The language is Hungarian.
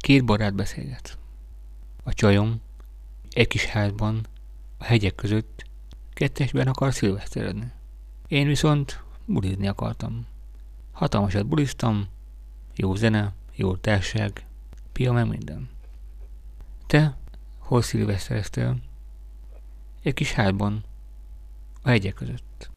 Két barát beszélget. A csajom egy kis házban, a hegyek között kettesben akar szilveszteredni. Én viszont bulizni akartam. Hatalmasat buliztam, jó zene, jó társaság, pia meg minden. Te hol szilvesztereztél? Egy kis házban, a hegyek között.